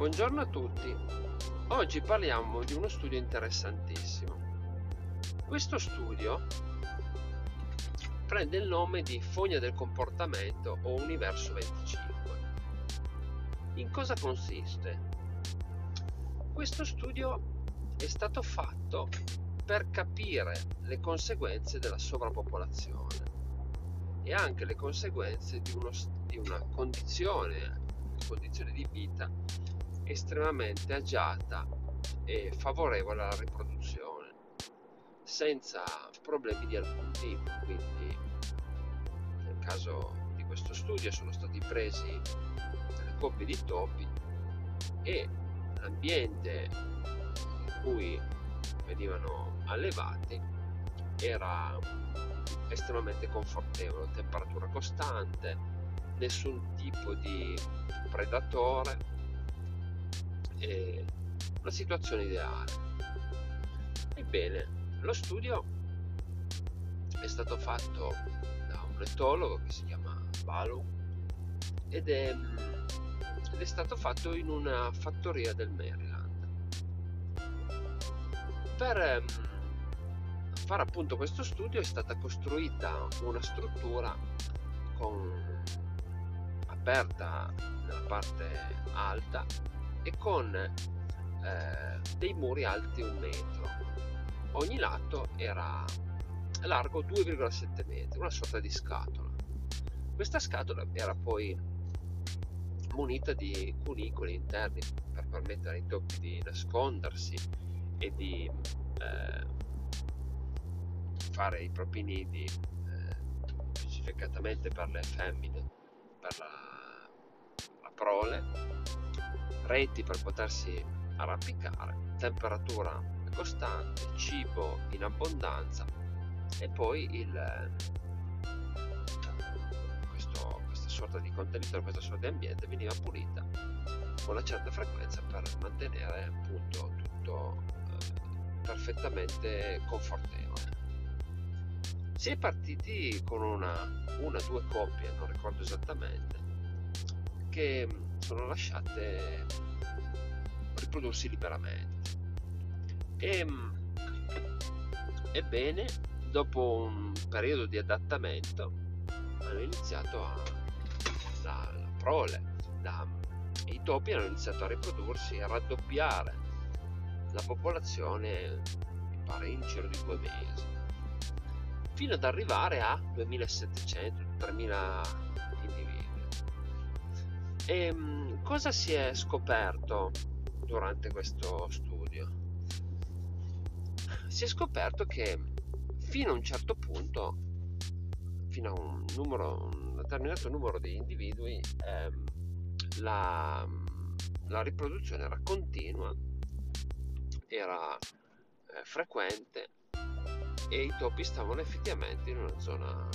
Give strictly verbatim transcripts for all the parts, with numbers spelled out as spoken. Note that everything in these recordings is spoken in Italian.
Buongiorno a tutti. Oggi parliamo di uno studio interessantissimo. Questo studio prende il nome di Fogna del comportamento o Universo venticinque. In cosa consiste? Questo studio è stato fatto per capire le conseguenze della sovrappopolazione e anche le conseguenze di, uno, di una condizione, condizione di vita estremamente agiata e favorevole alla riproduzione, senza problemi di alcun tipo. Quindi, nel caso di questo studio, sono stati presi delle coppie di topi e l'ambiente in cui venivano allevati era estremamente confortevole, temperatura costante, nessun tipo di predatore, e una situazione ideale. Ebbene, lo studio è stato fatto da un etologo che si chiama Balu ed è, ed è stato fatto in una fattoria del Maryland. Per fare appunto questo studio è stata costruita una struttura con aperta nella parte alta e con eh, dei muri alti un metro. Ogni lato era largo due virgola sette metri, una sorta di scatola. Questa scatola era poi munita di cunicoli interni per permettere ai topi di nascondersi e di eh, fare i propri nidi, eh, specificatamente per le femmine, per la, la prole, reti per potersi arrampicare, temperatura costante, cibo in abbondanza e poi il, questo, questa sorta di contenitore, questa sorta di ambiente veniva pulita con una certa frequenza per mantenere appunto tutto eh, perfettamente confortevole. Si è partiti con una, una, due coppie, non ricordo esattamente, che sono lasciate riprodursi liberamente. E, ebbene, dopo un periodo di adattamento, hanno iniziato a la, la prole, la, i topi hanno iniziato a riprodursi, a raddoppiare la popolazione, mi pare in giro di due mesi, fino ad arrivare a duemilasettecento tremila individui. E cosa si è scoperto durante questo studio? Si è scoperto che fino a un certo punto, fino a un numero, un determinato numero di individui, ehm, la, la riproduzione era continua, era eh, frequente e i topi stavano effettivamente in una zona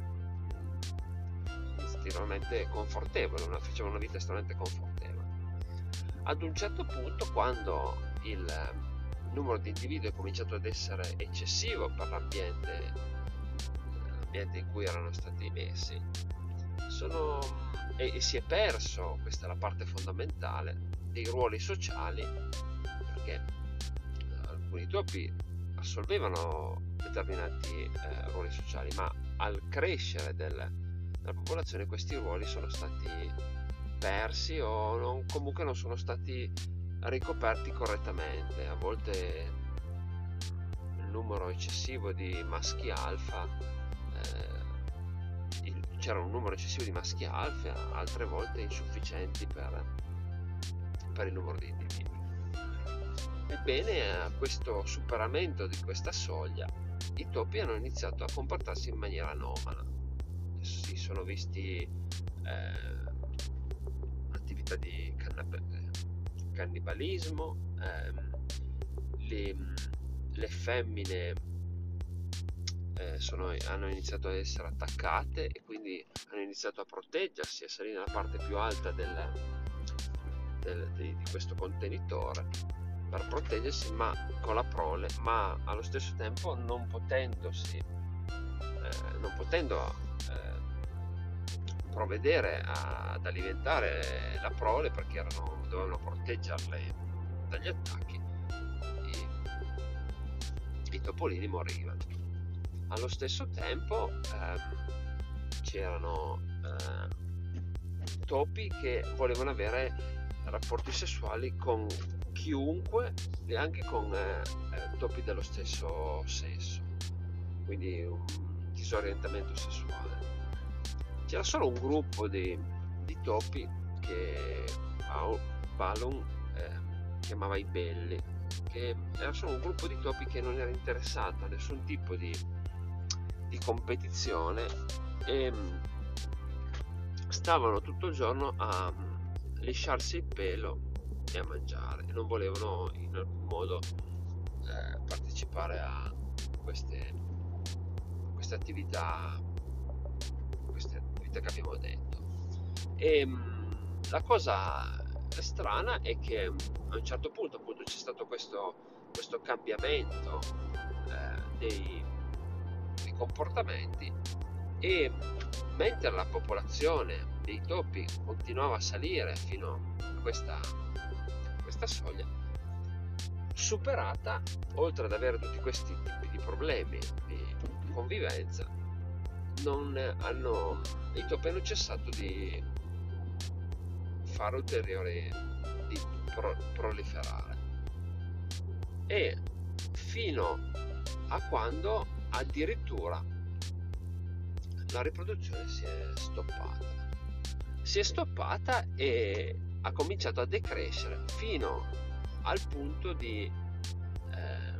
estremamente confortevole, una, facevano una vita estremamente confortevole. Ad un certo punto, quando il numero di individui è cominciato ad essere eccessivo per l'ambiente, l'ambiente in cui erano stati messi, sono, e, e si è perso, questa è la parte fondamentale, dei ruoli sociali, perché alcuni topi assolvevano determinati eh, ruoli sociali, ma al crescere del, della popolazione questi ruoli sono stati persi o non, comunque non sono stati ricoperti correttamente. A volte il numero eccessivo di maschi alfa, eh, il, c'era un numero eccessivo di maschi alfa, altre volte insufficienti per, per il numero di individui. Ebbene, a questo superamento di questa soglia, i topi hanno iniziato a comportarsi in maniera anomala. Si sono visti eh, attività di cannab- cannibalismo, ehm, le, le femmine eh, sono, hanno iniziato ad essere attaccate e quindi hanno iniziato a proteggersi, a salire nella parte più alta del, del, di, di questo contenitore per proteggersi, ma con la prole, ma allo stesso tempo non potendosi eh, non potendo eh, provvedere a, ad alimentare la prole, perché erano, dovevano proteggerle dagli attacchi, i, i topolini morivano. Allo stesso tempo ehm, c'erano eh, topi che volevano avere rapporti sessuali con chiunque e anche con eh, eh, topi dello stesso sesso, quindi un disorientamento sessuale. C'era solo un gruppo di, di topi che Balon eh, chiamava i belli, che era solo un gruppo di topi che non era interessato a nessun tipo di, di competizione e stavano tutto il giorno a lisciarsi il pelo e a mangiare, e non volevano in alcun modo eh, partecipare a queste, queste attività queste attività che abbiamo detto. E mh, la cosa strana è che a un certo punto appunto c'è stato questo, questo cambiamento eh, dei, dei comportamenti, e mentre la popolazione dei topi continuava a salire fino a questa, questa soglia, superata, oltre ad avere tutti questi tipi di problemi di convivenza, non hanno, i topi hanno cessato di fare ulteriori, di pro, proliferare, e fino a quando addirittura la riproduzione si è stoppata si è stoppata e ha cominciato a decrescere fino al punto di eh,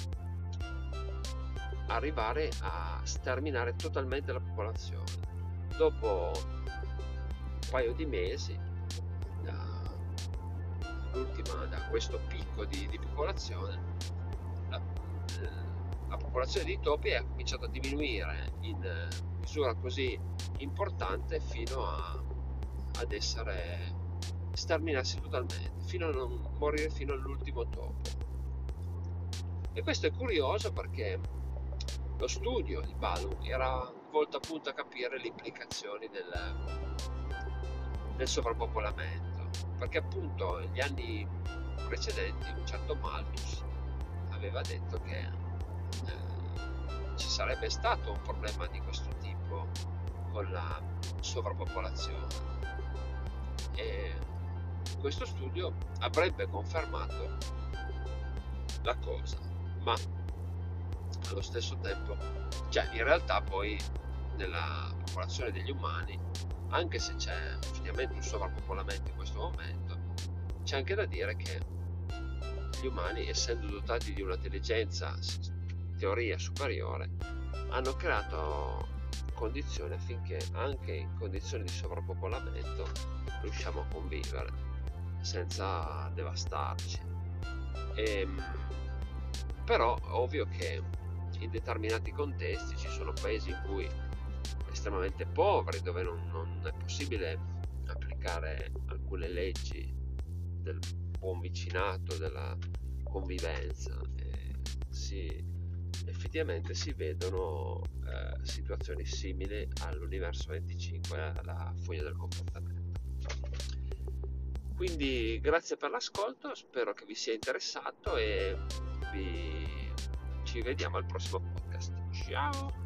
arrivare a sterminare totalmente la popolazione. Dopo un paio di mesi da, l'ultima, da questo picco di, di popolazione, la, la popolazione di topi ha cominciato a diminuire in misura così importante fino a, ad essere sterminarsi totalmente, fino a non morire fino all'ultimo topo. E questo è curioso perché lo studio di Balon era volto appunto a capire le implicazioni del, del sovrappopolamento, perché appunto negli anni precedenti un certo Malthus aveva detto che eh, ci sarebbe stato un problema di questo tipo con la sovrappopolazione, e questo studio avrebbe confermato la cosa, ma allo stesso tempo, cioè in realtà poi nella popolazione degli umani, anche se c'è effettivamente un sovrappopolamento in questo momento, c'è anche da dire che gli umani, essendo dotati di un'intelligenza in teoria superiore, hanno creato condizioni affinché anche in condizioni di sovrappopolamento riusciamo a convivere senza devastarci. E, però è ovvio che in determinati contesti ci sono paesi in cui estremamente poveri, dove non, non è possibile applicare alcune leggi del buon vicinato, della convivenza, e si, effettivamente si vedono eh, situazioni simili all'universo venticinque, alla foglia del comportamento. Quindi grazie per l'ascolto, spero che vi sia interessato e vi... ci vediamo al prossimo podcast. Ciao!